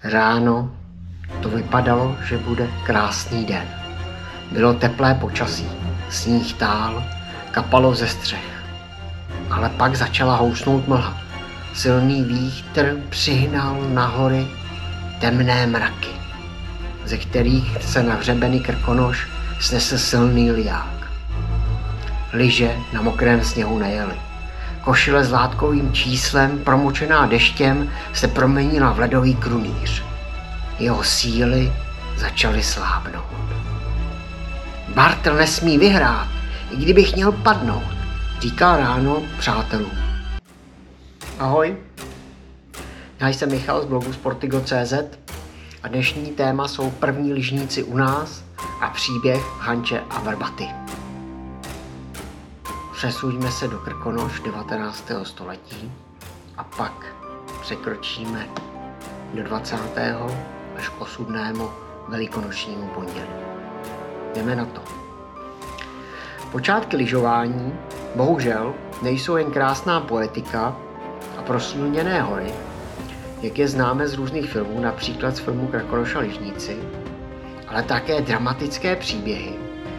Ráno to vypadalo, že bude krásný den. Bylo teplé počasí, sníh tál, kapalo ze střech. Ale pak začala housnout mlha. Silný vítr přihnal na hory temné mraky, ze kterých se na hřebeny Krkonoš snesl silný liják. Lyže na mokrém sněhu nejely. Košile s látkovým číslem, promočená deštěm, se proměnila v ledový krunýř. Jeho síly začaly slábnout. Bartl nesmí vyhrát, i kdybych měl padnout, říkal ráno přátelům. Ahoj, já jsem Michal z blogu Sportigo.cz a dnešní téma jsou první lyžníci u nás a příběh Hanče a Vrbaty. Přesuňme se do Krkonoš 19. století a pak překročíme do 20. až k osudnému velikonočnímu pondělí. Jdeme na to. Počátky lyžování bohužel nejsou jen krásná poetika a prosluněné hory, jak je známe z různých filmů, například z filmu Krkonoš a lyžníci, ale také dramatické příběhy,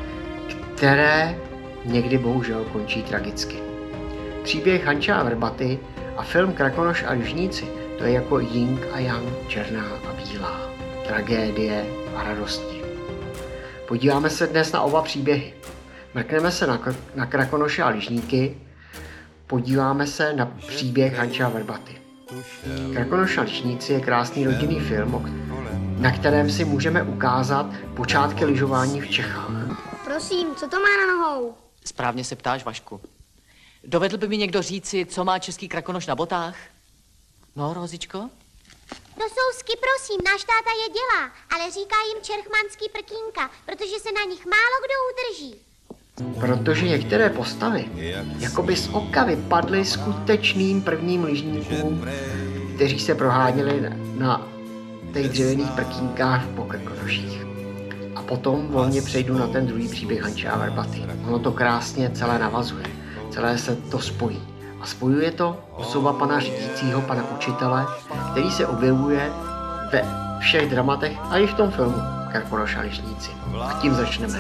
které někdy bohužel končí tragicky. Příběh Hanče a Vrbaty a film Krkonoš a lyžníci, to je jako Yin a Yang, černá a bílá, tragédie a radosti. Podíváme se dnes na oba příběhy. Mrkneme se na Krkonoše a lyžníky, podíváme se na příběh Hanče a Vrbaty. Krkonoš a lyžníci je krásný rodinný film, na kterém si můžeme ukázat počátky lyžování v Čechách. Prosím, co to má na nohou? Správně se ptáš, Vašku. Dovedl by mi někdo říci, co má český Krkonoš na botách? No, Rozičko? Do sousky, prosím, náš táta je dělá, ale říká jim čerchmanský prkínka, protože se na nich málo kdo udrží. Protože některé postavy jakoby z oka vypadly skutečným prvním lyžníkům, kteří se proháněli na těch dřevěných prkínkách po Krkonoších. A potom volně přejdu na ten druhý příběh Hanče a Vrbaty. Ono to krásně celé navazuje, celé se to spojí. A spojuje to osoba pana řídícího, pana učitele, který se objevuje ve všech dramatech a i v tom filmu Krkonoš a lyžníci. A tím začneme.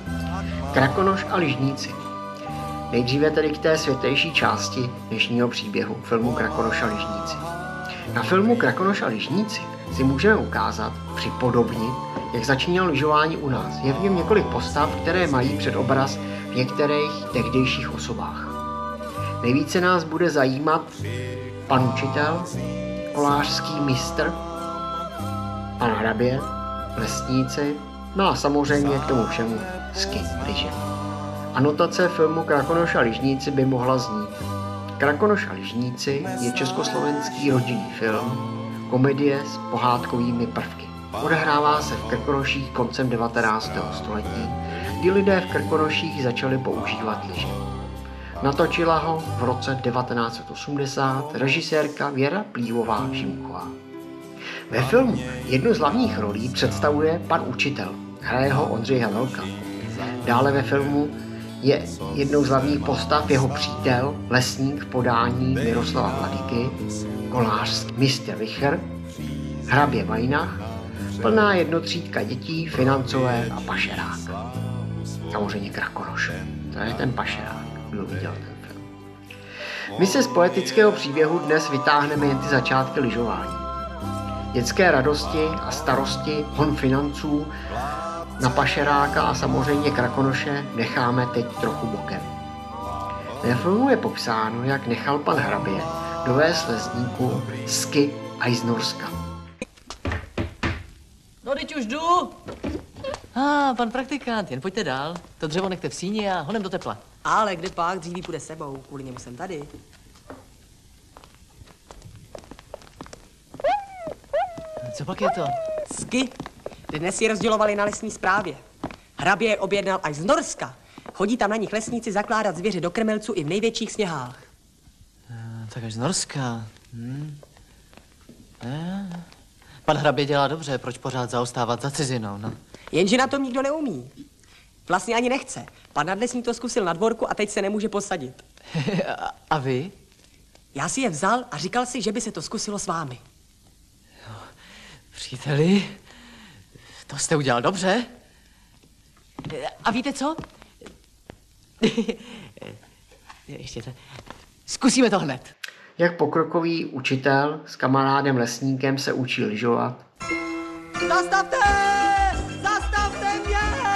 Krkonoš a lyžníci. Nejdříve tedy k té světlejší části dnešního příběhu, filmu Krkonoš a lyžníci. Na filmu Krkonoš a lyžníci si můžeme ukázat, připodobnit, jak začínalo lyžování u nás. Je v něm několik postav, které mají předobraz v některých tehdejších osobách. Nejvíce nás bude zajímat pan učitel, kolářský mistr, pan hrabě, lesníci, no a samozřejmě k tomu všemu ski, lyže. Anotace filmu Krkonoš a lyžníci by mohla znít. Krkonoš a lyžníci je československý rodinný film, komedie s pohádkovými prvky. Odehrává se v Krkonoších koncem 19. století, kdy lidé v Krkonoších začali používat lyže. Natočila ho v roce 1980 režisérka Věra Plívová-Šimková. Ve filmu jednu z hlavních rolí představuje pan učitel, hraje ho Ondřej Havelka. Dále ve filmu je jednou z hlavních postav jeho přítel, lesník v podání Miroslava Vladyky, kolářský mistr Vichr, hrabě Vajnach, plná jednotřídka dětí, financové a pašerák. Samozřejmě Krkonoš, to je ten pašerák, kdo viděl ten film. My se z poetického příběhu dnes vytáhneme jen ty začátky lyžování. Dětské radosti a starosti, hon financů, na pašeráka a samozřejmě Krkonoše necháme teď trochu bokem. Ve filmu je popsáno, jak nechal pan hrabě dovést lesníku ski a z Norska. No, teď už jdu. Pan praktikant, jen pojďte dál. To dřevo nechte v síni a honem do tepla. Ale kde pak, dříví půjde sebou, kvůli němu jsem tady. Co pak je to? Ski. Dnes je rozdělovali na lesní správě. Hrabě je objednal až z Norska. Chodí tam na nich lesníci zakládat zvěře do krmelců i v největších sněhách. Tak až z Norska. Pan hrabě dělá dobře, proč pořád zaostávat za cizinou, no? Jenže na tom nikdo neumí. Vlastně ani nechce. Pan nadlesník to zkusil na dvorku a teď se nemůže posadit. A vy? Já si je vzal a říkal si, že by se to zkusilo s vámi. Učiteli, to jste udělal dobře. A víte co? Ještě to. Zkusíme to hned. Jak pokrokový učitel s kamarádem lesníkem se učí lyžovat. Zastavte! Zastavte mě!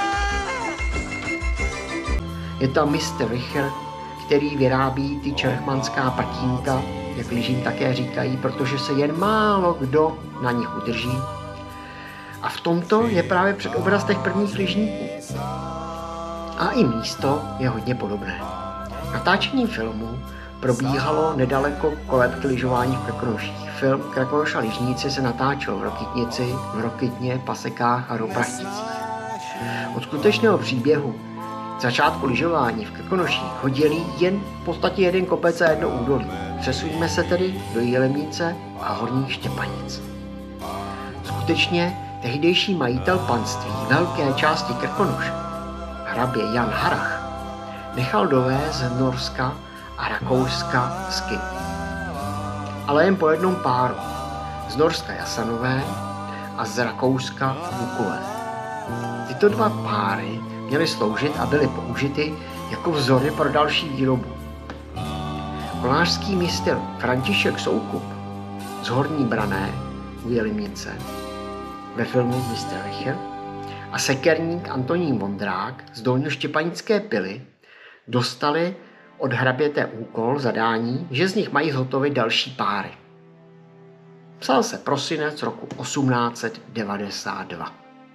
Je tam Mr. Richer, který vyrábí ty čerchmanská prkínka, jak lyžím také říkají, protože se jen málo kdo na nich udrží. A v tomto je právě předobraz těch prvních lyžníků. A i místo je hodně podobné. Natáčení filmu probíhalo nedaleko kolébky lyžování v Krkonoších. Film Krakonoš a lyžníci se natáčel v Rokytnici, v Rokytně, Pasekách a Roprachticích. Od skutečného příběhu začátku lyžování v Krkonoších hodili jen v podstatě jeden kopec a jedno údolí. Přesuňme se tedy do Jilemnice a Horních Štěpanic. Skutečně tehdejší majitel panství velké části Krkonoš, hrabě Jan Harach, nechal dovést z Norska a Rakouska sky. Ale jen po jednom páru. Z Norska Jasanové a z Rakouska Bukové. Tyto dva páry měly sloužit a byly použity jako vzory pro další výrobu. Kolářský mistr František Soukup z Horní Branné u Jilemnice ve filmu Mr. Richer a sekerník Antonín Vondrák z Dolnoštěpanické Pily dostali od hraběte úkol, zadání, že z nich mají zhotovit další páry. Psal se prosinec roku 1892.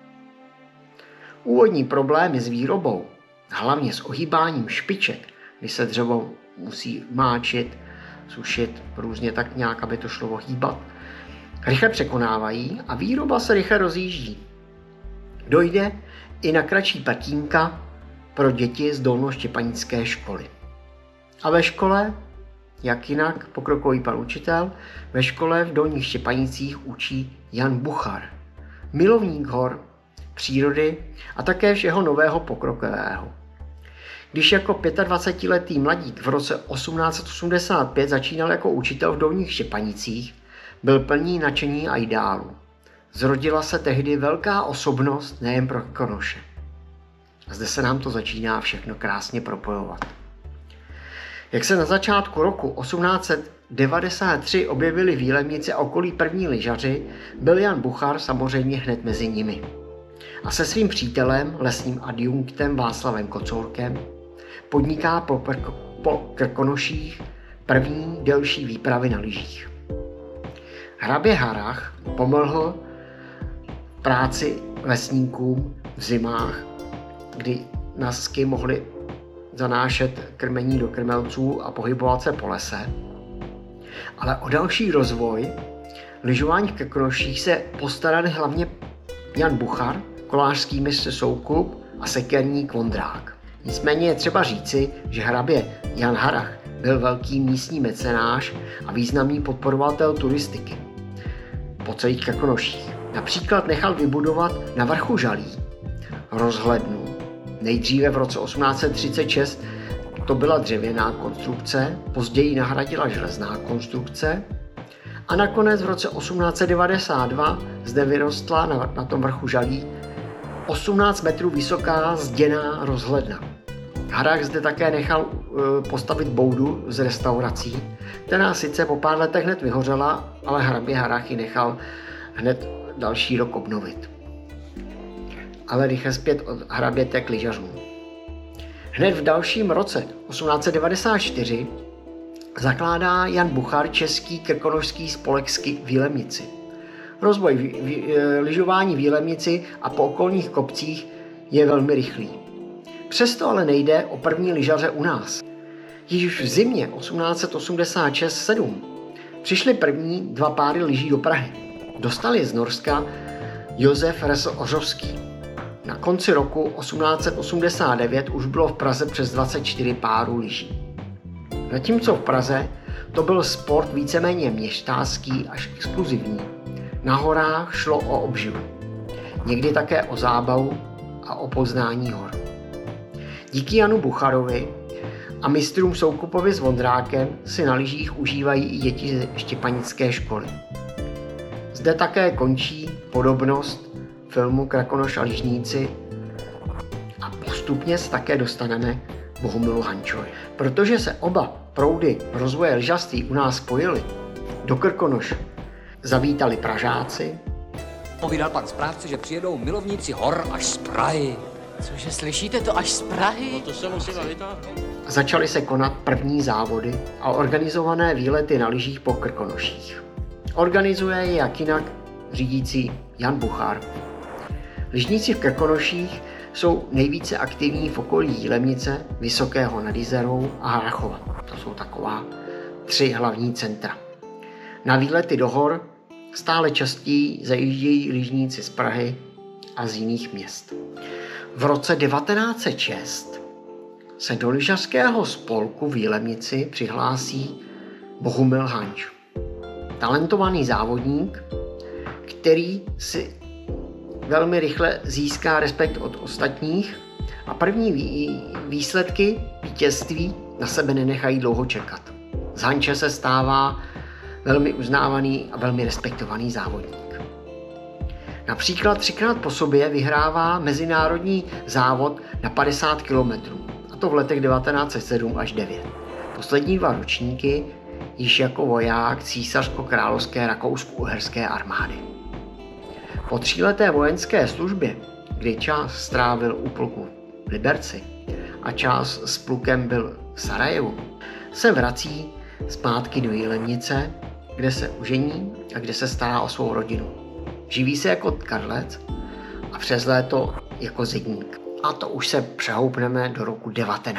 Úvodní problémy s výrobou, hlavně s ohýbáním špiček, kdy se dřevo musí máčit, sušit různě tak nějak, aby to šlo ohýbat, rychle překonávají a výroba se rychle rozjíždí. Dojde i na kratší prkínka pro děti z Dolnoštěpanické školy. A ve škole, jak jinak pokrokový pan učitel, ve škole v Dolních Štěpanicích učí Jan Buchar, milovník hor, přírody a také všeho nového pokrokového. Když jako 25letý mladík v roce 1885 začínal jako učitel v Dolních Štěpanicích, byl plný nadšení a ideálu. Zrodila se tehdy velká osobnost nejen pro Krkonoše. A zde se nám to začíná všechno krásně propojovat. Jak se na začátku roku 1893 objevili v Jilemnici a okolí první lyžaři, byl Jan Buchar samozřejmě hned mezi nimi. A se svým přítelem, lesním adjunktem Václavem Kocourkem, podniká po Krkonoších první delší výpravy na lyžích. Hrabě Harach pomohl práci lesníkům v zimách, kdy na sky mohli zanášet krmení do krmelců a pohybovat se po lese. Ale o další rozvoj lyžování v Krkonoších se postarali hlavně Jan Buchar, kolářský mistr Soukup a sekerník Vondrák. Nicméně je třeba říci, že hrabě Jan Harach byl velký místní mecenáš a významný podporovatel turistiky po celých Krkonoších. Například nechal vybudovat na vrchu Žalí rozhlednu. Nejdříve v roce 1836 to byla dřevěná konstrukce, později nahradila železná konstrukce a nakonec v roce 1892 zde vyrostla na tom vrchu Žalí 18 metrů vysoká zděná rozhledna. Harach zde také nechal postavit boudu z restaurací, která sice po pár letech hned vyhořela, ale hrabě Harach ji nechal hned další rok obnovit. Ale rychle zpět od hraběte k lyžařům. Hned v dalším roce 1894 zakládá Jan Buchar Český krkonošský spolek ski v Jilemnici. Rozvoj lyžování v Jilemnici a po okolních kopcích je velmi rychlý. Přesto ale nejde o první lyžaře u nás. Již v zimě 1886-7 přišly první dva páry lyží do Prahy. Dostali z Norska Josef Resl-Ořovský. Na konci roku 1889 už bylo v Praze přes 24 párů lyží. Zatímco v Praze to byl sport víceméně měšťácký až exkluzivní. Na horách šlo o obživu. Někdy také o zábavu a o poznání hor. Díky Janu Bucharovi a mistrům Soukupovi s Vondrákem si na lyžích užívají i děti ze štěpanické školy. Zde také končí podobnost filmu Krakonoš a lyžníci a postupně se také dostaneme k Bohumilu Hančovi. Protože se oba proudy rozvoje lyžařství u nás spojily, do Krkonoš zavítali Pražáci. Povídal pan správce, že přijedou milovníci hor až z Prahy. Cože, slyšíte to až z Prahy? To se musíme vytáhnout. Začaly se konat první závody a organizované výlety na lyžích po Krkonoších. Organizuje je jak jinak řídící Jan Buchar. Lyžníci v Krkonoších jsou nejvíce aktivní v okolí Jilemnice, Vysokého nad Jizerou a Harrachova. To jsou taková 3 hlavní centra. Na výlety do hor stále častěji zajíždějí lyžníci z Prahy a z jiných měst. V roce 1906 se do lyžařského spolku v Jilemnici přihlásí Bohumil Hanč. Talentovaný závodník, který si velmi rychle získá respekt od ostatních a první výsledky vítězství na sebe nenechají dlouho čekat. Z Hanče se stává velmi uznávaný a velmi respektovaný závodník. Například 3krát po sobě vyhrává mezinárodní závod na 50 km, a to v letech 1907 až 9. Poslední 2 ročníky již jako voják císařsko-královské rakousko-uherské armády. Po 3leté vojenské službě, kdy čas strávil u pluku v Liberci a čas s plukem byl v Sarajevu, se vrací zpátky do Jilemnice, kde se užení a kde se stará o svou rodinu. Živí se jako kadlec a přes léto jako zedník. A to už se přehoupneme do roku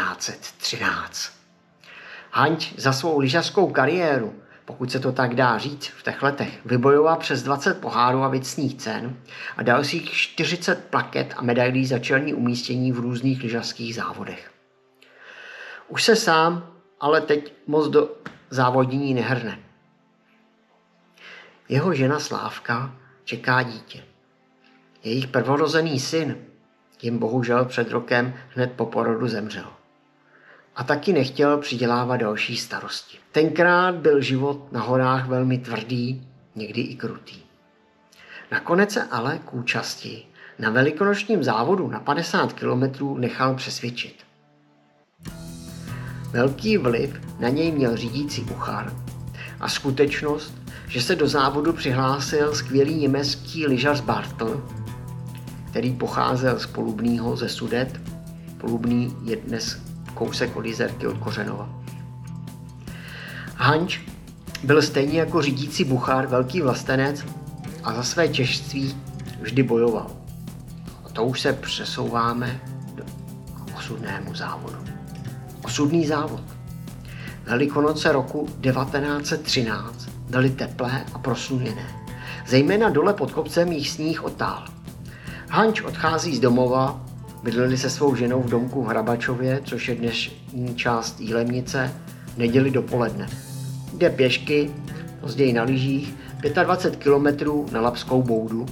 1913. Hanč za svou lyžařskou kariéru, pokud se to tak dá říct, v těch letech vybojoval přes 20 pohárů a věcných cen a dalších 40 plaket a medailí za čelní umístění v různých lyžařských závodech. Už se sám ale teď moc do závodění nehrne. Jeho žena Slávka čeká dítě. Jejich prvorozený syn jim bohužel před rokem hned po porodu zemřel. A taky nechtěl přidělávat další starosti. Tenkrát byl život na horách velmi tvrdý, někdy i krutý. Nakonec se ale k účasti na velikonočním závodu na 50 kilometrů nechal přesvědčit. Velký vliv na něj měl řídící Buchar a skutečnost, že se do závodu přihlásil skvělý německý lyžař Bartl, který pocházel z Polubního ze Sudet. Polubný je dnes kousek od Jizerky od Kořenova. Hanč byl stejně jako řídící Buchar velký vlastenec a za své češství vždy bojoval. A to už se přesouváme k osudnému závodu. Osudný závod. Velikonoce roku 1913 byly teplé a prosluněné. Zejména dole pod kopcem jich sníh otál. Hanč odchází z domova, bydleli se svou ženou v domku v Hrabačově, což je dnešní část Jilemnice, v neděli dopoledne. Jde pěšky, později na lyžích, 25 kilometrů na Lapskou boudu,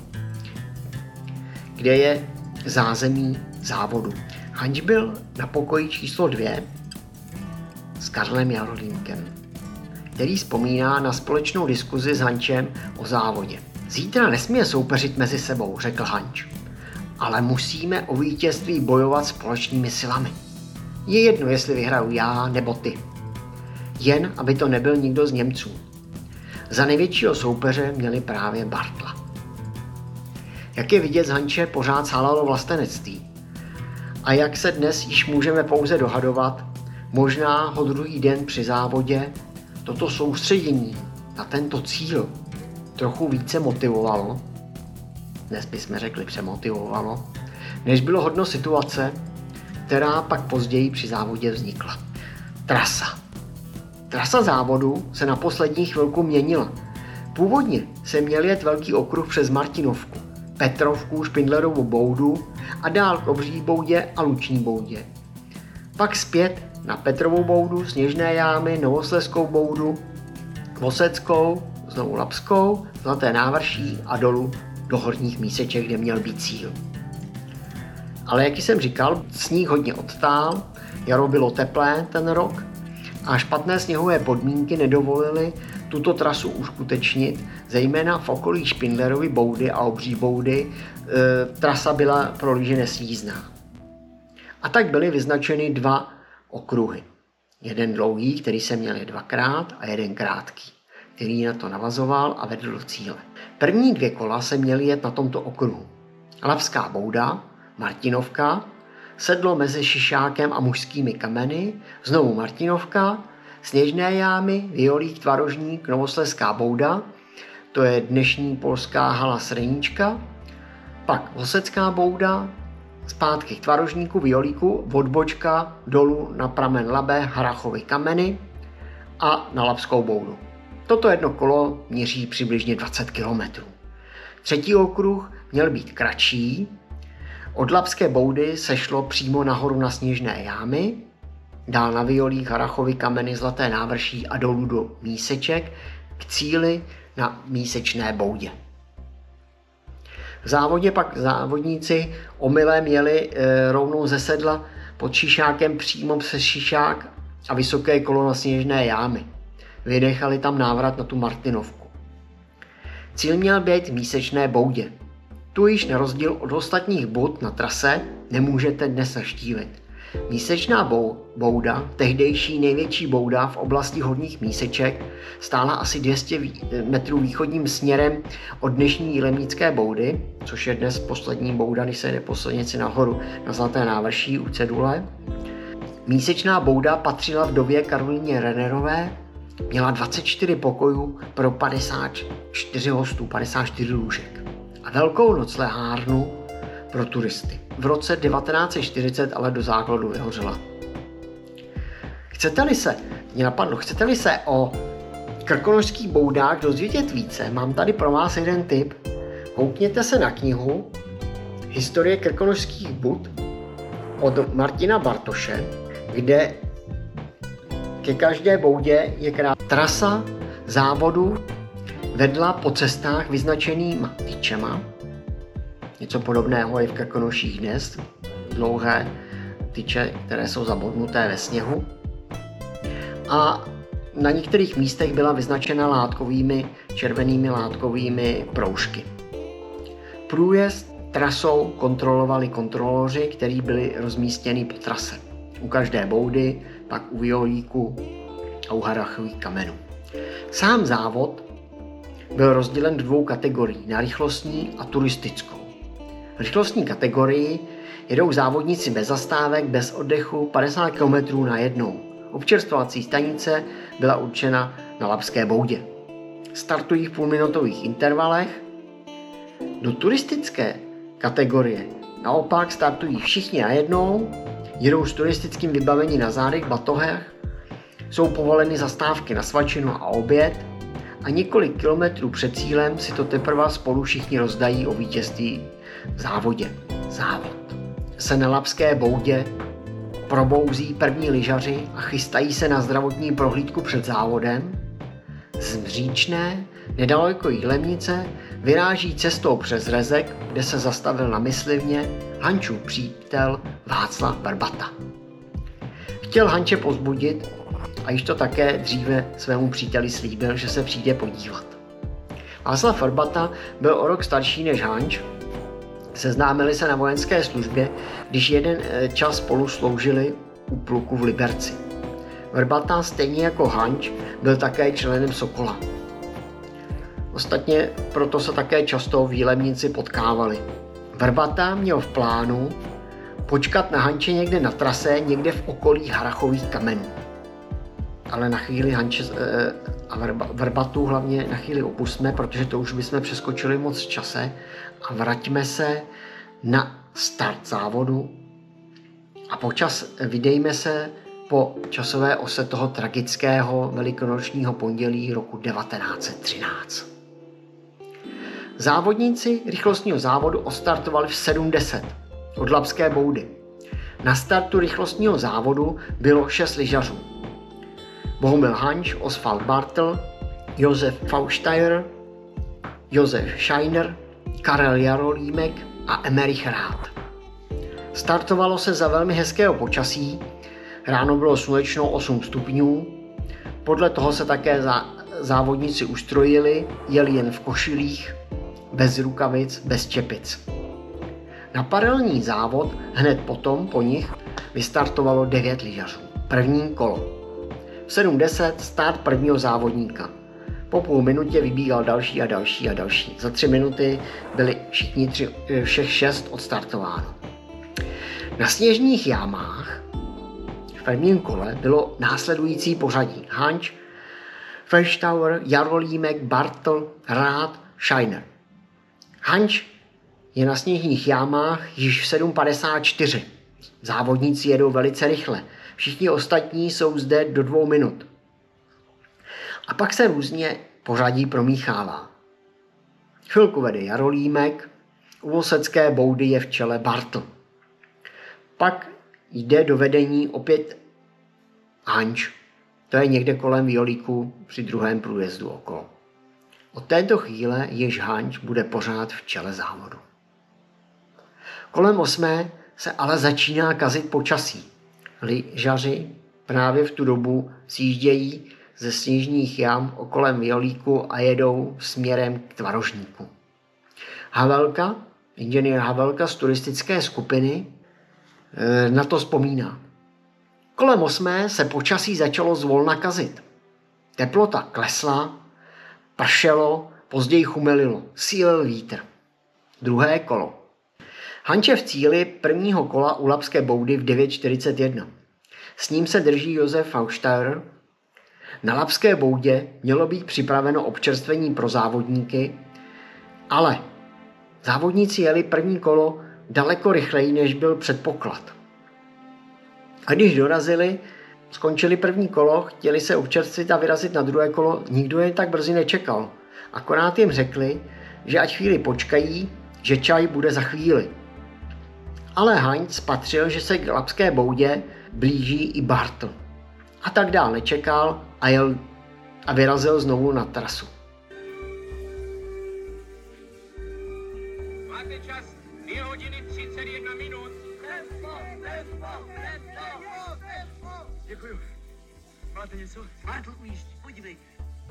kde je zázemí závodu. Hanč byl na pokoji číslo 2 s Karlem Jarolínkem, který vzpomíná na společnou diskuzi s Hančem o závodě. Zítra nesmí soupeřit mezi sebou, řekl Hanč, ale musíme o vítězství bojovat společnými silami. Je jedno, jestli vyhraju já nebo ty. Jen, aby to nebyl nikdo z Němců. Za největšího soupeře měli právě Bartla. Jak je vidět, z Hanče pořád sálalo vlastenectví. A jak se dnes již můžeme pouze dohadovat, možná ho druhý den při závodě toto soustředění na tento cíl trochu více motivovalo, dnes bychom řekli přemotivovalo, než bylo hodno situace, která pak později při závodě vznikla. Trasa. Trasa závodu se na poslední chvilku měnila. Původně se měl jet velký okruh přes Martinovku, Petrovku, Špindlerovu boudu a dál k Obří boudě a Luční boudě. Pak zpět na Petrovou boudu, Sněžné jámy, Novoslezskou boudu, Voseckou, znovu Lapskou, Zlaté návrší a dolů do Horních Míseček, kde měl být cíl. Ale jak jsem říkal, sníh hodně odtál, jaro bylo teplé ten rok a špatné sněhové podmínky nedovolily tuto trasu uskutečnit, zejména v okolí Špindlerovy boudy a Obří boudy trasa byla pro lyže nesjízdná. A tak byly vyznačeny 2 okruhy. Jeden dlouhý, který se měl jet 2krát, a jeden krátký, který na to navazoval a vedl do cíle. První 2 kola se měly jet na tomto okruhu. Labská bouda, Martinovka, sedlo mezi Šišákem a Mužskými kameny, znovu Martinovka, Sněžné jámy, Violík, Tvarožník, Novoslezská bouda, to je dnešní polská hala Sreníčka, pak Vosecká bouda, zpátky k Tvarožníku, Violíku, odbočka dolů na pramen Labe, Harrachovy kameny a na Labskou boudu. Toto jedno kolo měří přibližně 20 km. Třetí okruh měl být kratší. Od Labské boudy se šlo přímo nahoru na Sněžné jámy, dál na Violík, Harrachovy kameny, Zlaté návrší a dolů do Míseček k cíli na Mísečné boudě. V závodě pak závodníci omylem jeli rovnou ze sedla pod Šišákem přímo přes Šišák a vysoké kolo na Sněžné jámy. Vynechali tam návrat na tu Martinovku. Cíl měl být v Mísečné boudě. Tu již na rozdíl od ostatních boud na trase nemůžete dnes navštívit. Mísečná bouda, tehdejší největší bouda v oblasti Horních Míseček, stála asi 200 metrů východním směrem od dnešní Jilemnické boudy, což je dnes poslední bouda, když se jde po silnici nahoru na Zlaté návrší u Cedule. Mísečná bouda patřila vdově Karolíně Rennerové, měla 24 pokojů pro 54 hostů, 54 lůžek a velkou noclehárnu pro turisty. V roce 1940 ale do základu vyhořela. Chcete-li se o krkonošských boudách dozvědět více, mám tady pro vás jeden tip. Koukněte se na knihu Historie krkonošských bud od Martina Bartoše, kde ke každé boudě je trasa závodu vedla po cestách vyznačenýma tyčema. Něco podobného je v Krkonoších dnes, dlouhé tyče, které jsou zabodnuté ve sněhu. A na některých místech byla vyznačena červenými látkovými proužky. Průjezd trasou kontrolovali kontroloři, kteří byli rozmístěni po trase. U každé boudy, pak u Violíku a u Harrachových kamenů. Sám závod byl rozdělen do 2 kategorií, na rychlostní a turistickou. V rychlostní kategorii jedou závodníci bez zastávek, bez oddechu 50 km na jednou. Občerstvovací stanice byla určena na Labské boudě. Startují v půlminutových intervalech. Do turistické kategorie naopak startují všichni najednou, jedou s turistickým vybavením na zádech, batohech, jsou povoleny zastávky na svačinu a oběd a několik kilometrů před cílem si to teprve spolu všichni rozdají o vítězství v závodě. Závod se na Labské boudě probouzí první lyžaři a chystají se na zdravotní prohlídku před závodem. Z Mříčné, nedaleko Jilemnice, vyráží cestou přes Rezek, kde se zastavil na myslivně Hančův přítel Václav Vrbata. Chtěl Hanče pozbudit a již to také dříve svému příteli slíbil, že se přijde podívat. Václav Vrbata byl o rok starší než Hanč, seznámili se na vojenské službě, když jeden čas spolu sloužili u pluku v Liberci. Vrbata, stejně jako Hanč, byl také členem Sokola. Ostatně proto se také často v Jilemnici potkávali. Vrbata měl v plánu počkat na Hanče někde na trase, někde v okolí Harrachových kamenů. Ale na chvíli Hanče a Vrbatu hlavně na chvíli opustme, protože to už bychom přeskočili moc v čase a vraťme se na start závodu a vydejme se po časové ose toho tragického velikonočního pondělí roku 1913. Závodníci rychlostního závodu odstartovali v 7:10 od Labské boudy. Na startu rychlostního závodu bylo 6 lyžařů. Bohumil Hanč, Oswald Bartl, Josef Fausteier, Josef Scheiner, Karel Jarolímek a Emerich Rád. Startovalo se za velmi hezkého počasí, ráno bylo slunečno 8 stupňů, podle toho se také závodníci ustrojili, jeli jen v košilích, bez rukavic, bez čepic. Na paralelní závod hned potom po nich vystartovalo 9 lyžařů. První kolo. V 7:10 start prvního závodníka. Po půl minutě vybígal další a další a další. Za 3 minuty byli všech 6 odstartováno. Na sněžních jámách v prvním kole bylo následující pořadí: Hanč, Feldstauer, Jarolímek, Bartl, Rath, Scheiner. Hanč je na sněžních jámách již v 7:54. Závodníci jedou velice rychle. Všichni ostatní jsou zde do 2 minut. A pak se různě pořadí promíchává. Chvilku vede Jarolímek, u osecké boudy je v čele Bartl. Pak jde do vedení opět Hanč. To je někde kolem Violíku při druhém průjezdu okolo. Od této chvíle již Hanč bude pořád v čele závodu. Kolem 8. se ale začíná kazit počasí. Lyžaři právě v tu dobu sjíždějí ze sněžních jam okolem Violíku a jedou směrem k Tvarožníku. Havelka, inženýr Havelka z turistické skupiny, na to vzpomíná. Kolem 8. se počasí začalo zvolna kazit. Teplota klesla, pršelo, později chumelilo, sílil vítr. Druhé kolo. Hanč je v cíli prvního kola u Labské boudy v 9:41. S ním se drží Josef Feldstauer. Na Labské boudě mělo být připraveno občerstvení pro závodníky, ale závodníci jeli první kolo daleko rychleji, než byl předpoklad. A když dorazili, skončili první kolo, chtěli se občerstvit a vyrazit na druhé kolo, nikdo je tak brzy nečekal. Akorát jim řekli, že ať chvíli počkají, že čaj bude za chvíli. Ale Hanč spatřil, že se k Labské boudě blíží i Bartl. A tak dál nečekal a vyrazil znovu na trasu. Máte čas 2 hodiny 31 minut. Děkuju. Máte něco? Bartl ujíždí, podívejte.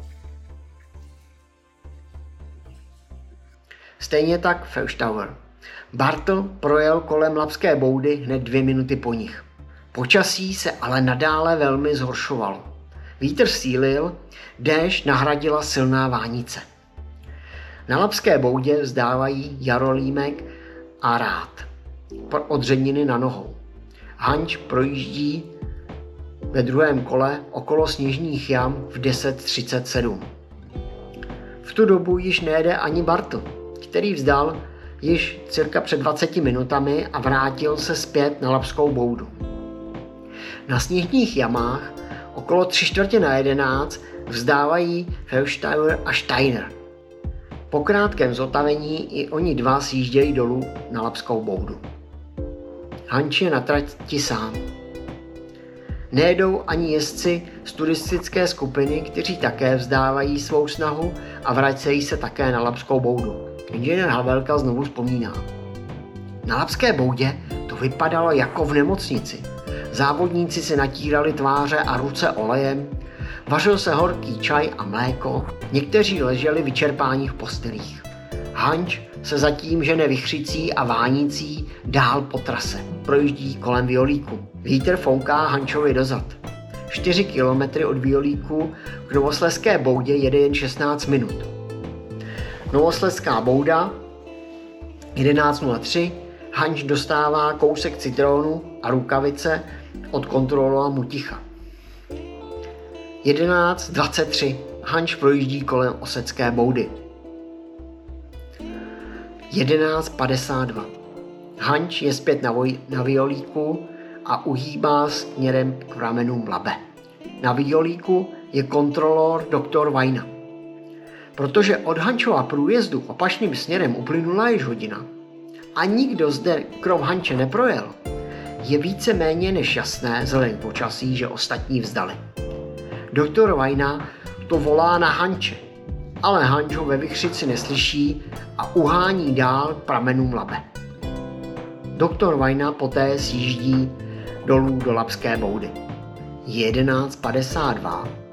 Stejně tak Feldstauer. Bartl projel kolem Labské boudy hned 2 minuty po nich. Počasí se ale nadále velmi zhoršovalo. Vítr sílil, déšť nahradila silná vánice. Na Labské boudě vzdávají Jarolímek a Rath od řeniny na nohou. Hanč projíždí ve druhém kole okolo sněžních jam v 10:37. V tu dobu již nejede ani Bartl, který vzdal již cirka před 20 minutami a vrátil se zpět na Labskou boudu. Na sněžních jamách okolo 11:45 vzdávají Feldstauer a Steiner. Po krátkém zotavení i oni dva sjíždějí dolů na Labskou boudu. Hanč je na trati sám. Nejedou ani jezdci z turistické skupiny, kteří také vzdávají svou snahu a vracejí se také na Labskou boudu. Inženýr Havelka znovu vzpomíná. Na Labské boudě to vypadalo jako v nemocnici. Závodníci si natírali tváře a ruce olejem, vařil se horký čaj a mléko, někteří leželi vyčerpáni v postelích. Hanč se zatím žene vichřicí a vánící dál po trase. Projíždí kolem Violíku. Vítr fouká Hančovi dozad. 4 kilometry od Violíku k Novoslezské boudě jede jen 16 minut. Novoslezská bouda 11:03. Hanč dostává kousek citrónu a rukavice od kontrolora Muticha. 11:23. Hanč projíždí kolem Osecké boudy. 11:52. Hanč je zpět na Violíku a uhýbá směrem k pramenům Labe. Na Violíku je kontrolor doktor Vajna. Protože od Hančova průjezdu opačným směrem uplynula již hodina a nikdo zde krom Hanče neprojel, je více méně než jasné vzhledem k počasí, že ostatní vzdali. Doktor Vajna to volá na Hanče, ale Hanč ho ve vichřici neslyší a uhání dál k pramenům Labe. Doktor Vajna poté sjíždí dolů do Labské boudy. 11:52.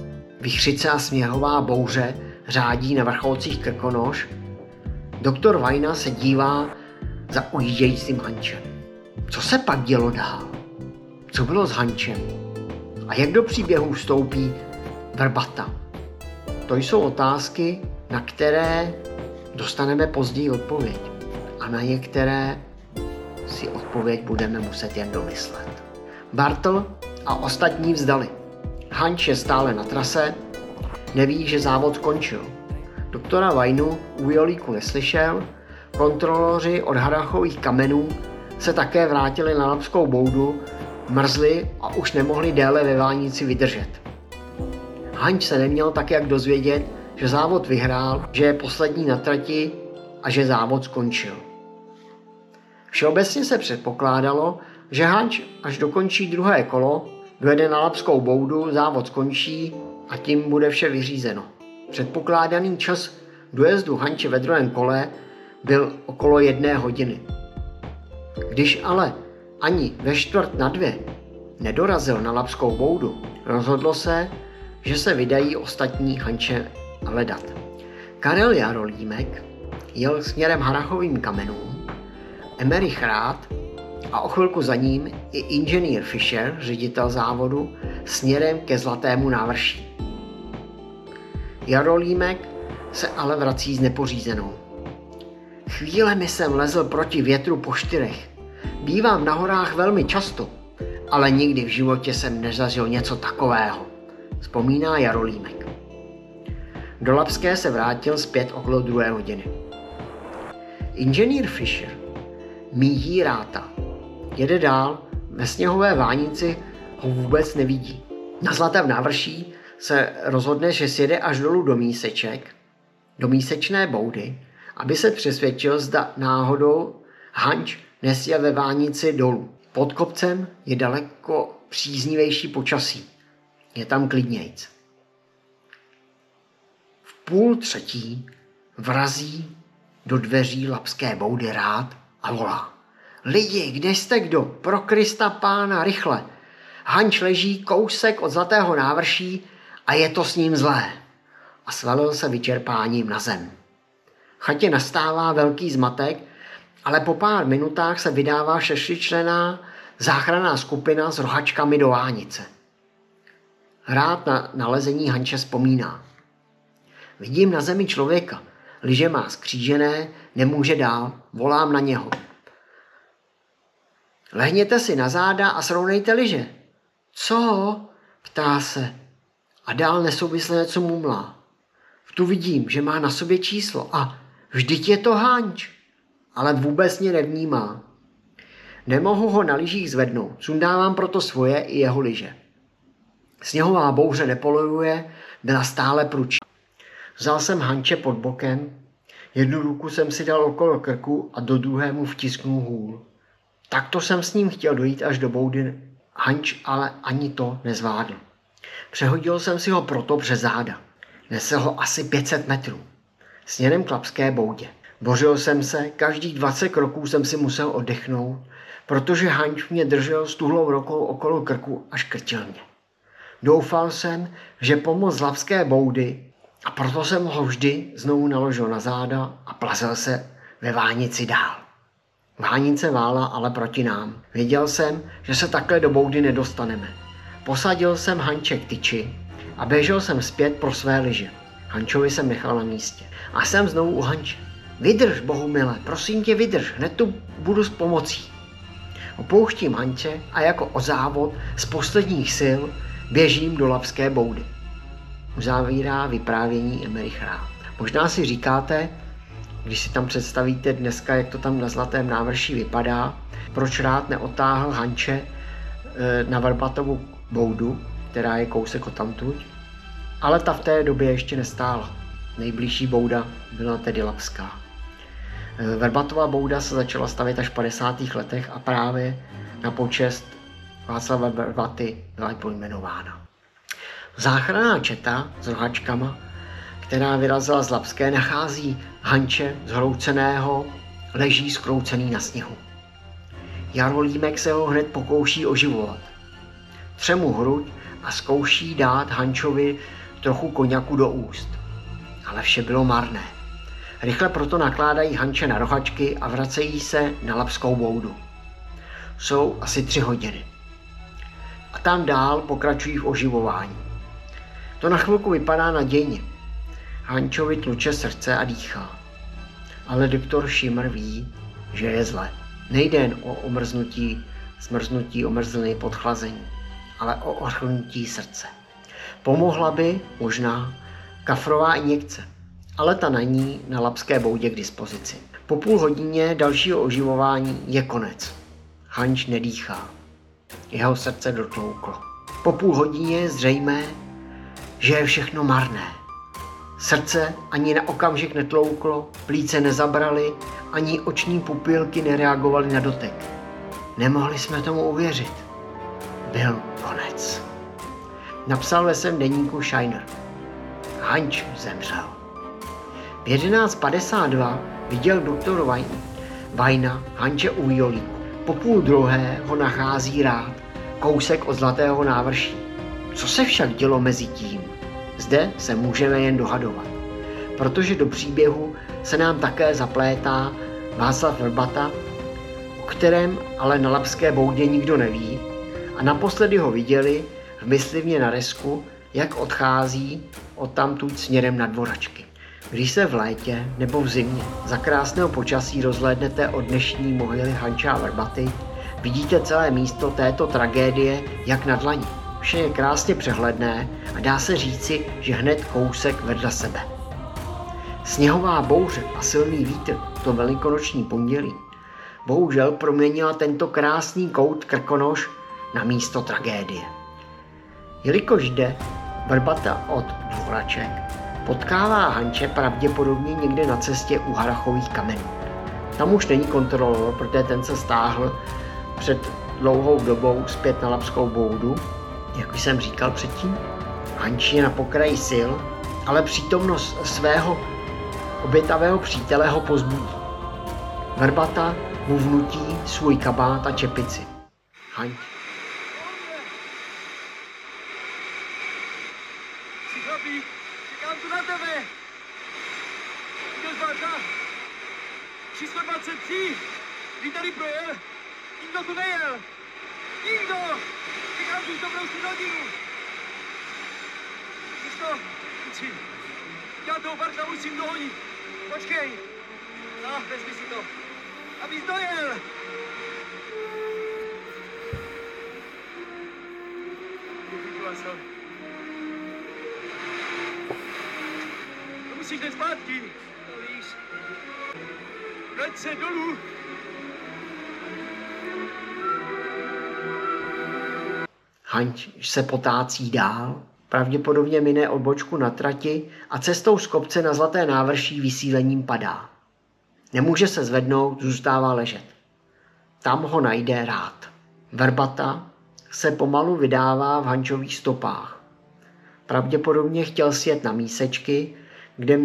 vichřice a sněhová bouře řádí na vrcholcích Krkonoš, doktor Vajna se dívá za ujíždějícím Hančem. Co se pak dělo dál? Co bylo s Hančem? A jak do příběhu vstoupí Vrbata? To jsou otázky, na které dostaneme později odpověď. A na některé si odpověď budeme muset jen domyslet. Bartl a ostatní vzdali. Hanč je stále na trase, neví, že závod skončil. Doktora Vajnu u Jolíku neslyšel, kontroloři od Harrachových kamenů se také vrátili na Lapskou boudu, mrzli a už nemohli déle ve Vánici vydržet. Hanč se neměl tak jak dozvědět, že závod vyhrál, že je poslední na trati a že závod skončil. Všeobecně se předpokládalo, že Hanč, až dokončí druhé kolo, dojede na Lapskou boudu, závod skončí a tím bude vše vyřízeno. Předpokládaný čas dojezdu Hanče ve druhém kole byl okolo 1 hodiny. Když ale ani ve 1:45 nedorazil na Lapskou boudu, rozhodlo se, že se vydají ostatní Hanče hledat. Karel Jarolímek jel směrem Harrachovým kamenům, Emerich Rath a o chvilku za ním i inženýr Fischer, ředitel závodu, směrem ke Zlatému návrší. Jarolímek se ale vrací s nepořízenou. Chvílemi jsem lezl proti větru po 4. Bývám na horách velmi často, ale nikdy v životě jsem nezažil něco takového, vzpomíná Jarolímek. Do Lapské se vrátil zpět okolo 2 hodiny. Inženýr Fischer míjí Ratha. Jede dál, ve sněhové Vánici ho vůbec nevidí. Na Zlatém návrší se rozhodne, že sjede až dolů do Míseček, do Mísečné boudy, aby se přesvědčil, zda náhodou Hanč nesje ve Vánici dolů. Pod kopcem je daleko příznivější počasí. Je tam klidnějc. V 2:30 vrazí do dveří Lapské boudy Rath a volá. Lidi, kde jste kdo? Pro Krista pána, rychle. Hanč leží kousek od Zlatého návrší a je to s ním zlé. A svalil se vyčerpáním na zem. V chatě nastává velký zmatek, ale po pár minutách se vydává 6členná záchranná skupina s rohačkami do Vánice. Rath na nalezení Hanče vzpomíná. Vidím na zemi člověka, lyže má skřížené, nemůže dál, volám na něho. Lehněte si na záda a srovnejte lyže. Co? Ptá se a dál nesouvisle něco mumlá. Tu vidím, že má na sobě číslo a vždyť je to Hanč, ale vůbec mě nevnímá. Nemohu ho na lyžích zvednout, sundávám proto svoje i jeho lyže. Sněhová bouře nepolujuje, byla stále pručí. Vzal jsem Hanče pod bokem, jednu ruku jsem si dal okolo krku a do druhé mu vtisknul hůl. Takto jsem s ním chtěl dojít až do boudy, Hanč ale ani to nezvládl. Přehodil jsem si ho proto přes záda. Nesl ho asi 500 metrů. Směrem k Lapské boudě. Bořil jsem se, každých 20 kroků jsem si musel oddechnout, protože Hanč mě držel stuhlou rukou okolo krku a škrtil mě. Doufal jsem, že pomoc z Lapské boudy a proto jsem ho vždy znovu naložil na záda a plazil se ve Vánici dál. Vánice vála ale proti nám. Věděl jsem, že se takhle do boudy nedostaneme. Posadil jsem Hanče k tyči a běžel jsem zpět pro své lyže. Hančovi jsem nechal na místě. A jsem znovu u Hanče. Vydrž, Bohumile, prosím tě, vydrž, hned tu budu s pomocí. Opouštím Hanče a jako o závod z posledních sil běžím do Lapské boudy. Uzavírá vyprávění Emerich Rath. Možná si říkáte, když si tam představíte dneska, jak to tam na Zlatém návrší vypadá, proč Rath neotáhl Hanče na Vrbatovu boudu, která je kousek odtamtud, ale ta v té době ještě nestála. Nejbližší bouda byla tedy Lapská. Vrbatova bouda se začala stavět až v 50. letech a právě na počest Václava Vrbaty byla pojmenována. Záchranná četa s rohačkama, která vyrazila z Lapské, nachází Hanče zhrouceného, leží skroucený na sněhu. Jarolímek se ho hned pokouší oživovat. Tře mu hruď a zkouší dát Hančovi trochu koněku do úst. Ale vše bylo marné. Rychle proto nakládají Hanče na rohačky a vracejí se na Lapskou boudu. Jsou asi 3 hodiny. A tam dál pokračují v oživování. To na chvilku vypadá nadějně. Hančovi tluče srdce a dýchá. Ale doktor Schimmer ví, že je zle. Nejde jen o zmrznutí omrzliny podchlazení, ale o ochrnutí srdce. Pomohla by možná kafrová injekce, ale ta není na Lapské boudě k dispozici. Po půl hodině dalšího oživování je konec. Hanč nedýchá. Jeho srdce dotlouklo. Po půl hodině je zřejmé, že je všechno marné. Srdce ani na okamžik netlouklo, plíce nezabraly, ani oční pupilky nereagovaly na dotek. Nemohli jsme tomu uvěřit. Byl konec. Napsal ve svém deníku Scheiner. Hanč zemřel. V 11:52 viděl doktor Vajna Hanče u violíku. Po 11:30 ho nachází rád, kousek od Zlatého návrší. Co se však dělo mezi tím? Zde se můžeme jen dohadovat, protože do příběhu se nám také zaplétá Václav Vrbata, o kterém ale na Lapské boudě nikdo neví a naposledy ho viděli v myslivně na Resku, jak odchází odtamtud směrem na Dvoračky. Když se v létě nebo v zimě za krásného počasí rozhlédnete od dnešní mohyly Hanče a Vrbaty, vidíte celé místo této tragédie jak na dlani. Vše je krásně přehledné a dá se říci, že hned kousek vedle sebe. Sněhová bouře a silný vítr to velikonoční pondělí bohužel proměnila tento krásný kout Krkonoš na místo tragédie. Jelikož jde Vrbata od Dvoraček, potkává Hanče pravděpodobně někde na cestě u Harachových kamenů. Tam už není kontrolor, protože ten se stáhl před dlouhou dobou zpět na Lapskou boudu, jak už jsem říkal předtím. Hanči je na pokraji sil, ale přítomnost svého obětavého přítele ho pozbudí. Vrbata mu vnutí svůj kabát a čepici. Hanč. Jsi chlapík, čekám tu na tebe. Kdo zvážá? 323. Kdy tady projel? Nikdo tu nejel. Nikdo! Čekám tu už dobrou 4 hodinu. 300. Já toho Barka musím dohonit. Počkej. Vezmi si to. Abys dojel. To musíš jít zpátky. To víš. Vrať se dolů. Hanč se potácí dál, pravděpodobně mine odbočku na trati a cestou z kopce na Zlaté návrší vysílením padá. Nemůže se zvednout, zůstává ležet. Tam ho najde rád. Vrbata se pomalu vydává v Hančových stopách. Pravděpodobně chtěl sjet na Mísečky, kde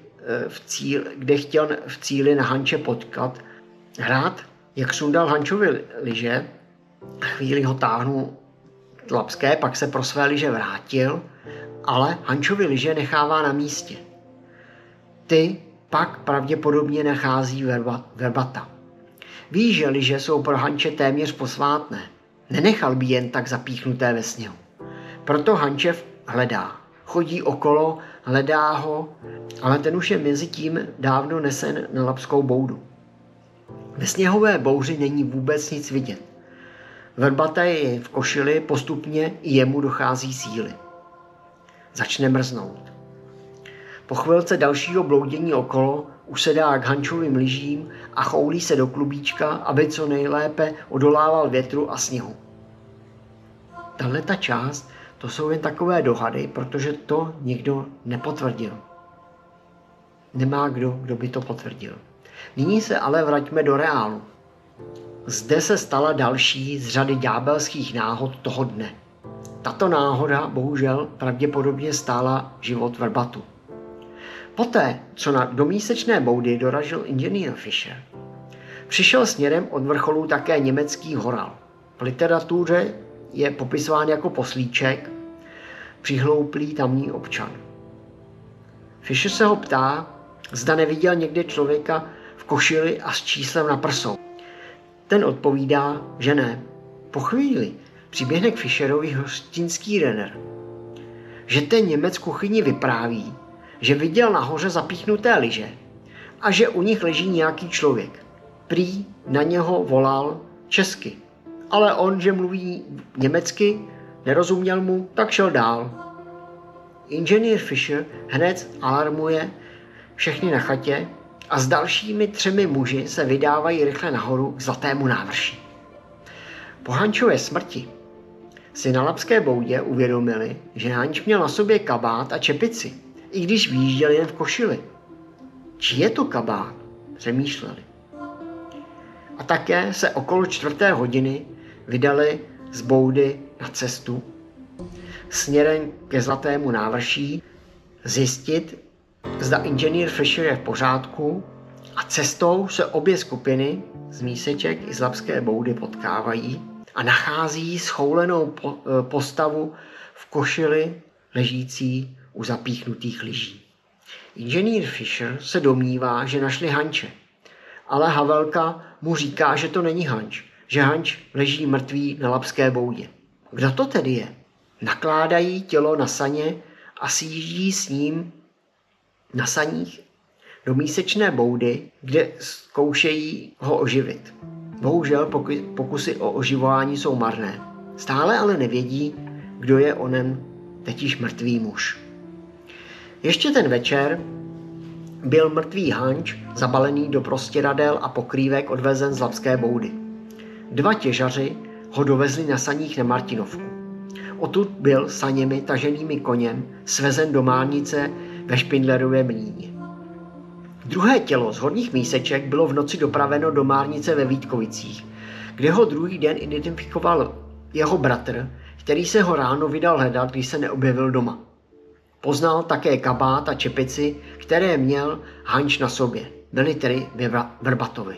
chtěl v cíli na Hanče potkat. Hrát, jak sundal Hančovi lyže, chvíli ho táhnul k Lapské, pak se pro své lyže vrátil, ale Hančovi lyže nechává na místě. Ty pak pravděpodobně nachází Vrbata. Ví, že lyže jsou pro Hanče téměř posvátné. Nenechal by jen tak zapíchnuté ve sněhu. Proto Hančev hledá. Chodí okolo, hledá ho, ale ten už je mezi tím dávno nesen na Lapskou boudu. Ve sněhové bouři není vůbec nic vidět. Vrbata je v košili, postupně i jemu dochází síly. Začne mrznout. Po chvilce dalšího bloudění okolo usedá k Hančovým lyžím a choulí se do klubíčka, aby co nejlépe odolával větru a sněhu. Tahleta část, to jsou jen takové dohady, protože to nikdo nepotvrdil. Nemá kdo by to potvrdil. Nyní se ale vraťme do reálu. Zde se stala další z řady ďábelských náhod toho dne. Tato náhoda bohužel pravděpodobně stála život Vrbatu. Poté, co do Mísečné boudy doražil inženýr Fischer, přišel směrem od vrcholů také německý horal. V literatuře je popisován jako poslíček, přihlouplý tamní občan. Fisher se ho ptá, zda neviděl někde člověka v košili a s číslem na prsou. Ten odpovídá, že ne. Po chvíli přiběhne k Fisherovi hostinský renner, že ten Němec v kuchyni vypráví, že viděl nahoře zapíchnuté lyže a že u nich leží nějaký člověk. Prý na něho volal česky, ale on, že mluví německy, nerozuměl mu, tak šel dál. Inženýr Fisher hned alarmuje všechny na chatě a s dalšími 3 muži se vydávají rychle nahoru k Zlatému návrší. Po Hanchově smrti si na Lapské boudě uvědomili, že Hanč měl na sobě kabát a čepici, i když výjížděl jen v košili. Čí je to kabát? Přemýšleli. A také se okolo 4. hodiny vydali z boudy na cestu směrem ke Zlatému návrší, zjistit, zda inženýr Fisher je v pořádku, a cestou se obě skupiny z Míseček i z Lapské boudy potkávají a nachází schoulenou postavu v košili ležící u zapíchnutých lyží. Inženýr Fisher se domnívá, že našli Hanče, ale Havelka mu říká, že to není Hanč, že Hanč leží mrtvý na Lapské boudě. Kdo to tedy je? Nakládají tělo na saně a sjíždí s ním na saních do Mísečné boudy, kde zkoušejí ho oživit. Bohužel pokusy o oživování jsou marné. Stále ale nevědí, kdo je onen teď již mrtvý muž. Ještě ten večer byl mrtvý Hanč zabalený do prostěradel a pokrývek odvezen z Lapské boudy. 2 těžaři ho dovezli na saních na Martinovku. Odtud byl saněmi taženými koněm svezen do Márnice ve Špindlerově mlýně. Druhé tělo z Horních Míseček bylo v noci dopraveno do Márnice ve Vítkovicích, kde ho druhý den identifikoval jeho bratr, který se ho ráno vydal hledat, když se neobjevil doma. Poznal také kabát a čepici, které měl Hanč na sobě. Byly tedy ve Vrbatovi.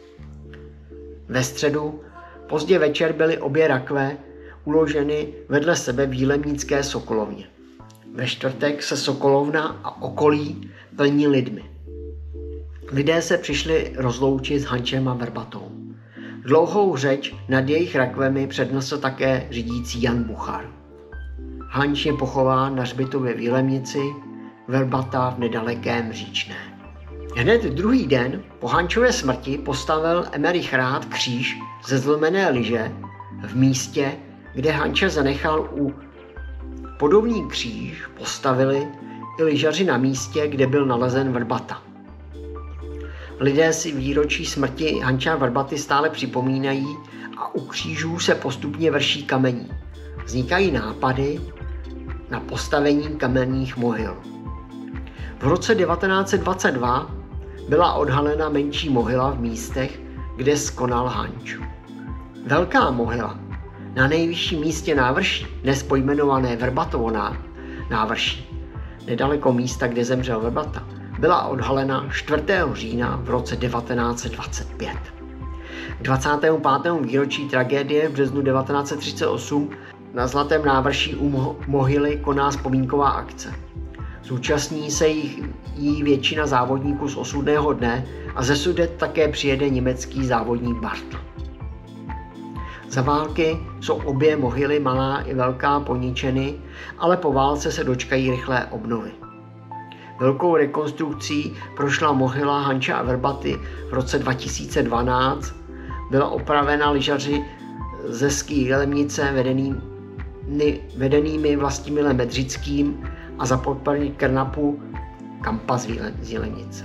Ve středu pozdě večer byly obě rakve uloženy vedle sebe v Jílemnické sokolovně. Ve čtvrtek se sokolovna a okolí plní lidmi. Lidé se přišli rozloučit s Hančem a Vrbatou. Dlouhou řeč nad jejich rakvemi přednesl také řídící Jan Buchar. Hanč je pochován na hřbitově v Jílemnici, Vrbata v nedalekém Říčné. Hned druhý den po Hančově smrti postavil Emerich Rád kříž ze zlomené lyže v místě, kde Hanče zanechal. U podobný kříž postavili i lyžaři na místě, kde byl nalezen Vrbata. Lidé si výročí smrti Hanča Vrbaty stále připomínají a u křížů se postupně vrší kamení. Vznikají nápady na postavení kamenných mohyl. V roce 1922 byla odhalena menší mohyla v místech, kde skonal Hanč. Velká mohyla na nejvyšším místě návrší, dnes pojmenované Vrbatovo návrší, nedaleko místa, kde zemřel Vrbata, byla odhalena 4. října v roce 1925. K 25. výročí tragédie v březnu 1938 na Zlatém návrší u mohyly koná vzpomínková akce. Zúčastní se jí většina závodníků z osudného dne a ze Sudet také přijede německý závodník Bartl. Za války jsou obě mohyly, malá i velká, poničeny, ale po válce se dočkají rychlé obnovy. Velkou rekonstrukcí prošla mohyla Hanče a Vrbaty v roce 2012. Byla opravena lyžaři ze ski Jílemnice vedenými Vlastimilem Medřickým a za podpory Krnapu Kampa z Jílemnice.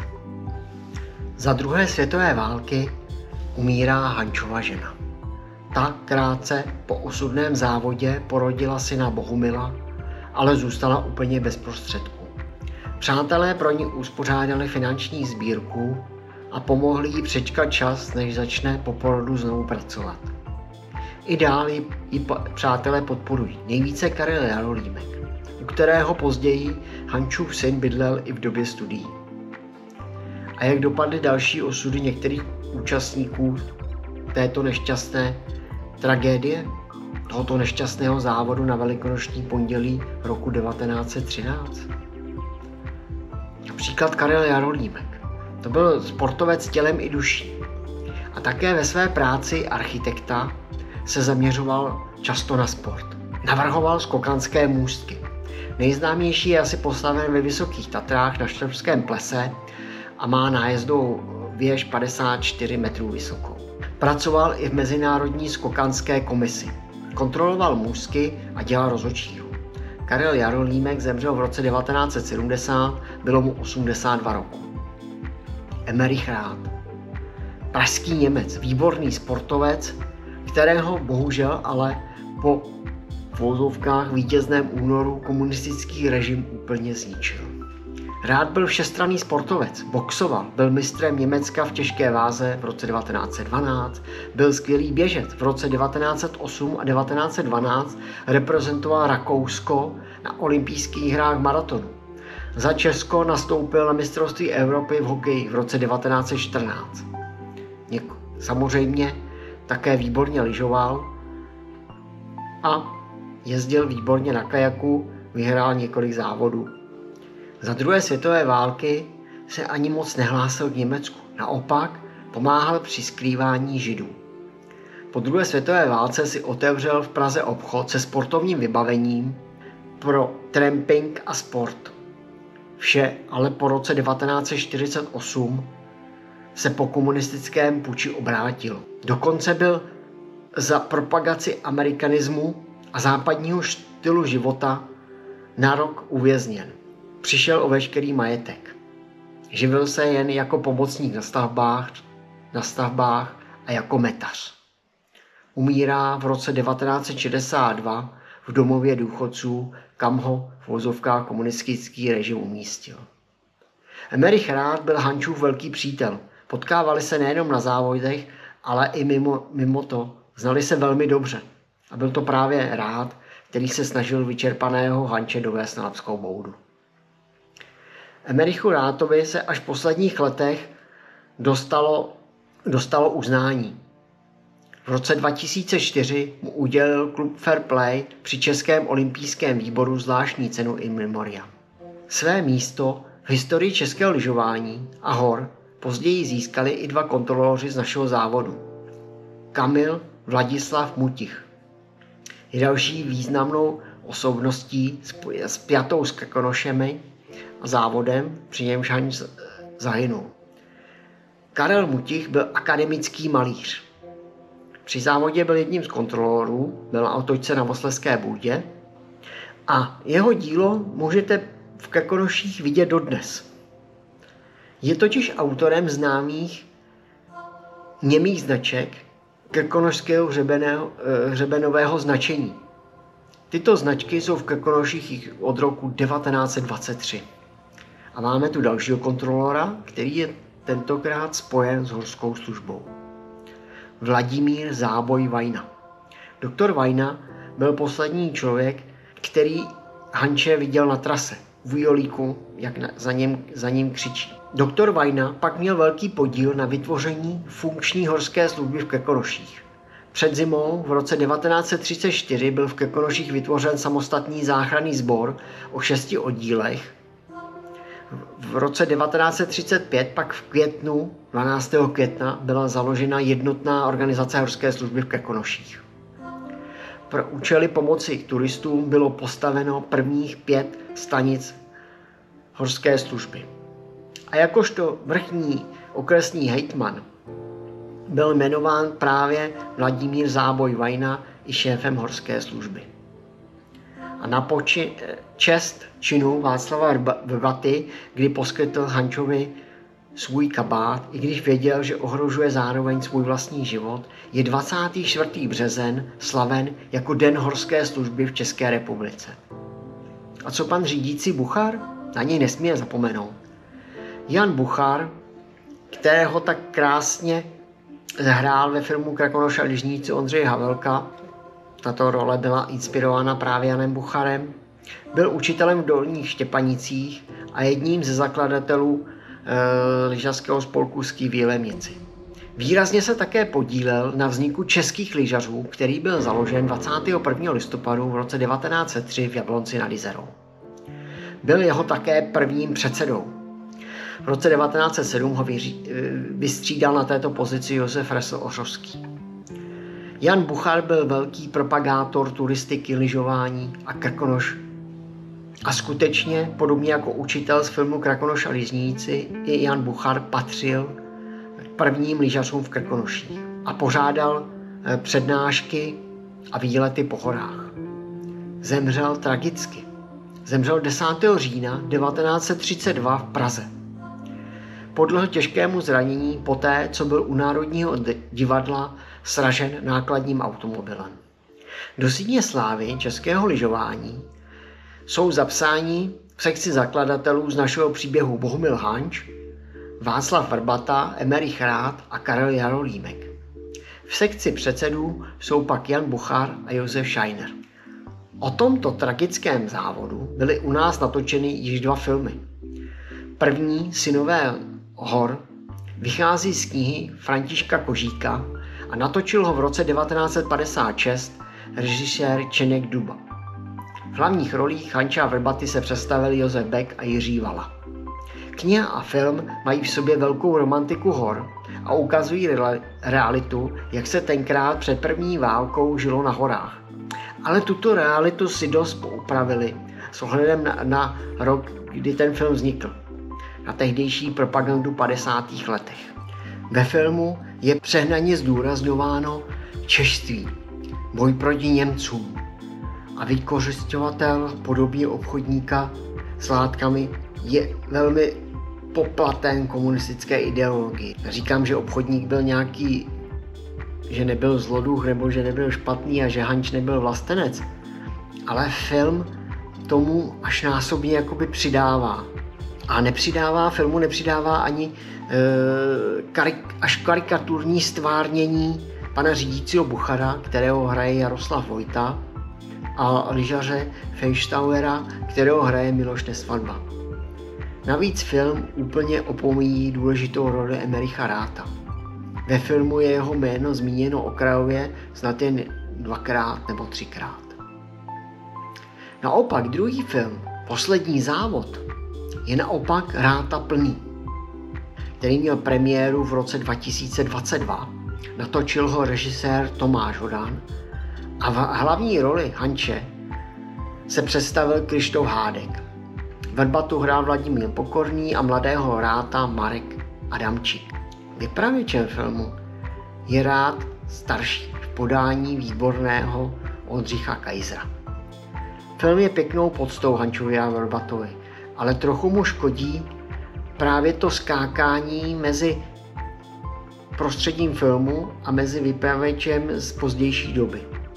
Za druhé světové války umírá Hančova žena. Ta krátce po osudném závodě porodila syna Bohumila, ale zůstala úplně bez prostředků. Přátelé pro ní uspořádali finanční sbírku a pomohli jí přečkat čas, než začne po porodu znovu pracovat. I dál ji přátelé podporují, nejvíce Karel Jarolímek, u kterého později Hančův syn bydlel i v době studií. A jak dopadly další osudy některých účastníků této nešťastné tragédie? tohoto nešťastného závodu na Velikonoční pondělí roku 1913? Například Karel Jarolímek. To byl sportovec tělem i duší. A také ve své práci architekta se zaměřoval často na sport. Navrhoval skokanské můstky. Nejznámější je asi postaven ve Vysokých Tatrách na Štrbském plese a má nájezdovou věž 54 metrů vysokou. Pracoval i v Mezinárodní skokanské komisi. Kontroloval můstky a dělal rozhodčího. Karel Jarolímek zemřel v roce 1970, bylo mu 82 roku. Emerich Rath. Pražský Němec, výborný sportovec, kterého bohužel ale po v vozovkách vítězném únoru komunistický režim úplně zničil. Rath byl všestranný sportovec, boxoval, byl mistrem Německa v těžké váze v roce 1912, byl skvělý běžec. V roce 1908 a 1912 reprezentoval Rakousko na olympijských hrách maratonu. Za Česko nastoupil na mistrovství Evropy v hokeji v roce 1914. Samozřejmě také výborně lyžoval a jezdil výborně na kajaku, vyhrál několik závodů. Za druhé světové války se ani moc nehlásil k Německu. Naopak pomáhal při skrývání Židů. Po druhé světové válce si otevřel v Praze obchod se sportovním vybavením pro tramping a sport. Vše ale po roce 1948 se po komunistickém puči obrátil. Dokonce byl za propagaci amerikanismu a západního stylu života na rok uvězněn. Přišel o veškerý majetek. Živil se jen jako pomocník na stavbách a jako metař. Umírá v roce 1962 v domově důchodců, kam ho v vozovkách komunistický režim umístil. Emerich Rath byl Hančův velký přítel. Potkávali se nejenom na závodech, ale i mimo to. Znali se velmi dobře. A byl to právě Rath, který se snažil vyčerpaného Hanče dovést na Lapskou boudu. Emerichu Rathovi se až v posledních letech dostalo uznání. V roce 2004 mu udělil klub Fair Play při Českém olympijském výboru zvláštní cenu in memoriam. Své místo v historii českého lyžování a hor později získali i dva kontroloři z našeho závodu. Kamil Vladislav Mutich je další významnou osobností spjatou s Krkonošemi a závodem, při němž Hanč zahynul. Karel Mutich byl akademický malíř. Při závodě byl jedním z kontrolorů, byl na otočce na Moslezské bůdě a jeho dílo můžete v Krkonoších vidět dodnes. Je totiž autorem známých němých značek krkonošského hřebenového značení. Tyto značky jsou v Krkonoších od roku 1923. A máme tu dalšího kontrolora, který je tentokrát spojen s horskou službou. Vladimír Záboj Vajna. Doktor Vajna byl poslední člověk, který Hanče viděl na trase, v Jolíku, jak za ním křičí. Doktor Vajna pak měl velký podíl na vytvoření funkční horské služby v Krkonoších. Před zimou v roce 1934 byl v Krkonoších vytvořen samostatný záchranný sbor o 6 oddílech. V roce 1935 pak v květnu, 12. května, byla založena jednotná organizace horské služby v Krkonoších. Pro účely pomoci turistům bylo postaveno prvních 5 stanic horské služby. A jakožto vrchní okresní hejtman byl jmenován právě Vladimír Záboj Vajna i šéfem horské služby. A na čest činu Václava Vrbaty, kdy poskytl Hančovi svůj kabát, i když věděl, že ohrožuje zároveň svůj vlastní život, je 24. březen slaven jako Den horské služby v České republice. A co pan řídící Buchar? Na něj nesmíme zapomenout. Jan Buchar, kterého tak krásně zahrál ve filmu Krakonoš a lyžníci Ondřeje Havelka, tato role byla inspirována právě Janem Bucharem, byl učitelem v Dolních Štěpanicích a jedním ze zakladatelů lyžařského spolku Ski v Jilemnici. Výrazně se také podílel na vzniku českých lyžařů, který byl založen 21. listopadu v roce 1903 v Jablonci nad Jizerou. Byl jeho také prvním předsedou. V roce 1907 ho vystřídal na této pozici Josef Resl Ořovský. Jan Buchar byl velký propagátor turistiky, lyžování a Krkonoš. A skutečně, podobně jako učitel z filmu Krkonoš a lyžníci, i Jan Buchar patřil k prvním lyžařům v Krkonoších a pořádal přednášky a výlety po horách. Zemřel tragicky. Zemřel 10. října 1932 v Praze. Podlehl těžkému zranění poté, co byl u Národního divadla sražen nákladním automobilem. Do síně slávy českého lyžování jsou zapsáni v sekci zakladatelů z našeho příběhu Bohumil Hanč, Václav Vrbata, Emerich Rád a Karel Jarolímek. V sekci předsedů jsou pak Jan Buchar a Josef Scheiner. O tomto tragickém závodu byly u nás natočeny již 2 filmy. První, Synové hor, vychází z knihy Františka Kožíka a natočil ho v roce 1956 režisér Čeněk Duba. V hlavních rolích Hanča a Vrbaty se představili Josef Beck a Jiří Vala. Kniha a film mají v sobě velkou romantiku hor a ukazují realitu, jak se tenkrát před první válkou žilo na horách. Ale tuto realitu si dost poupravili s ohledem na rok, kdy ten film vznikl, na tehdejší propagandu 50. letech. Ve filmu je přehnaně zdůrazňováno češství, boj proti Němcům a vykořisťovatel v podobě obchodníka s látkami je velmi poplaten komunistické ideologii. Říkám, že obchodník byl nějaký, že nebyl zloduch nebo že nebyl špatný a že Hanč nebyl vlastenec, ale film tomu až násobně jakoby přidává. A filmu nepřidává ani až karikaturní stvárnění pana řídícího Buchara, kterého hraje Jaroslav Vojta, a lyžaře Feichtauera, kterého hraje Miloš Nesvadba. Navíc film úplně opomíjí důležitou roli Emericha Ráta. Ve filmu je jeho jméno zmíněno okrajově snad jen 2x nebo 3x. Naopak druhý film, Poslední závod, je naopak Ráta plný, který měl premiéru v roce 2022. Natočil ho režisér Tomáš Hodan a v hlavní roli Hanče se představil Krištof Hádek. Vrbatu hrál Vladimír Pokorný a mladého Ráta Marek Adamčík. Vypravěčem filmu je Rád starší v podání výborného Oldřicha Kaisera. Film je pěknou poctou Hančovi a Vrbatovi, ale trochu mu škodí právě to skákání mezi prostředím filmu a mezi vypravěčem z pozdější doby.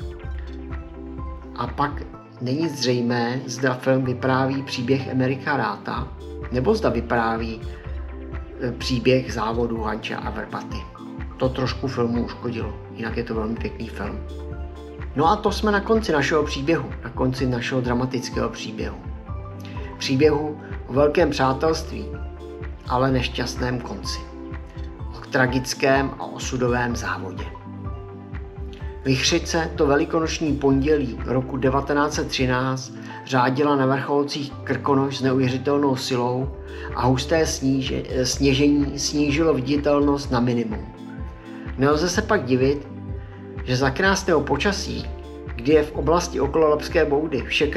A pak není zřejmé, zda film vypráví příběh Emericha Ráta, nebo zda vypráví příběh závodu Hanče a Vrbaty. To trošku filmu uškodilo, jinak je to velmi pěkný film. No a to jsme na konci našeho příběhu, na konci našeho dramatického příběhu. Příběhu o velkém přátelství, ale nešťastném konci. O tragickém a osudovém závodě. Vichřice to velikonoční pondělí roku 1913 řádila na vrcholcích Krkonoš s neuvěřitelnou silou a husté sněžení snížilo viditelnost na minimum. Nelze se pak divit, že za krásného počasí, kdy je v oblasti okolo Lepské boudy vše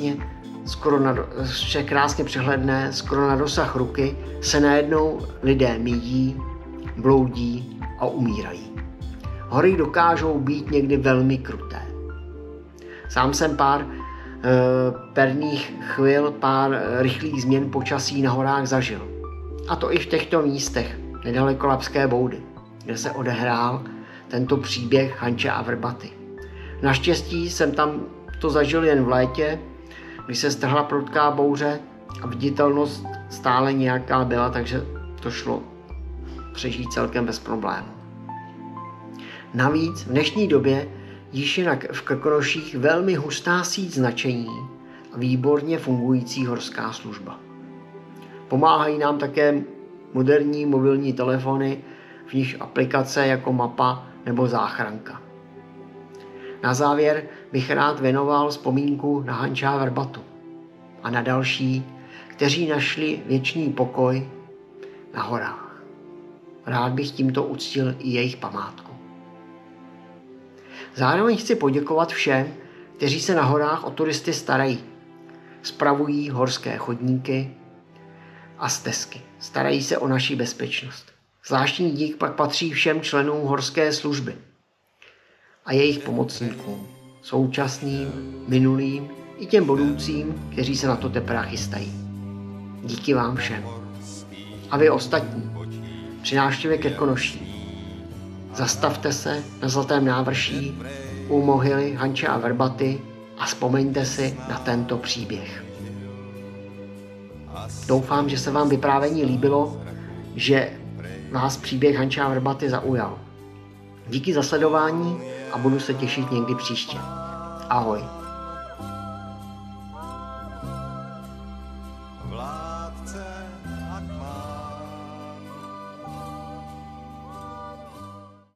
krásně přehledné, skoro na dosah ruky, se najednou lidé míjí, bloudí a umírají. Hory dokážou být někdy velmi kruté. Sám jsem pár perných chvil, pár rychlých změn počasí na horách zažil. A to i v těchto místech, nedaleko Lapské boudy, kde se odehrál tento příběh Hanče a Vrbaty. Naštěstí jsem tam to zažil jen v létě, když se strhla prudká bouře a viditelnost stále nějaká byla, takže to šlo přežít celkem bez problémů. Navíc v dnešní době již je v Krkonoších velmi hustá síť značení a výborně fungující horská služba. Pomáhají nám také moderní mobilní telefony v níž aplikace jako mapa nebo záchranka. Na závěr bych rád věnoval vzpomínku na Hanče a Vrbatu a na další, kteří našli věčný pokoj na horách. Rád bych tímto uctil i jejich památku. Zároveň chci poděkovat všem, kteří se na horách o turisty starají. Spravují horské chodníky a stezky. Starají se o naši bezpečnost. Zvláštní dík pak patří všem členům horské služby a jejich pomocníkům, současným, minulým i těm budoucím, kteří se na to teprve chystají. Díky vám všem. A vy ostatní, při návštěvě Krkonoší, zastavte se na Zlatém návrší u mohyly Hanče a Vrbaty a vzpomeňte si na tento příběh. Doufám, že se vám vyprávění líbilo, že vás příběh Hanče a Vrbaty zaujal. Díky za sledování a budu se těšit někdy příště. Ahoj.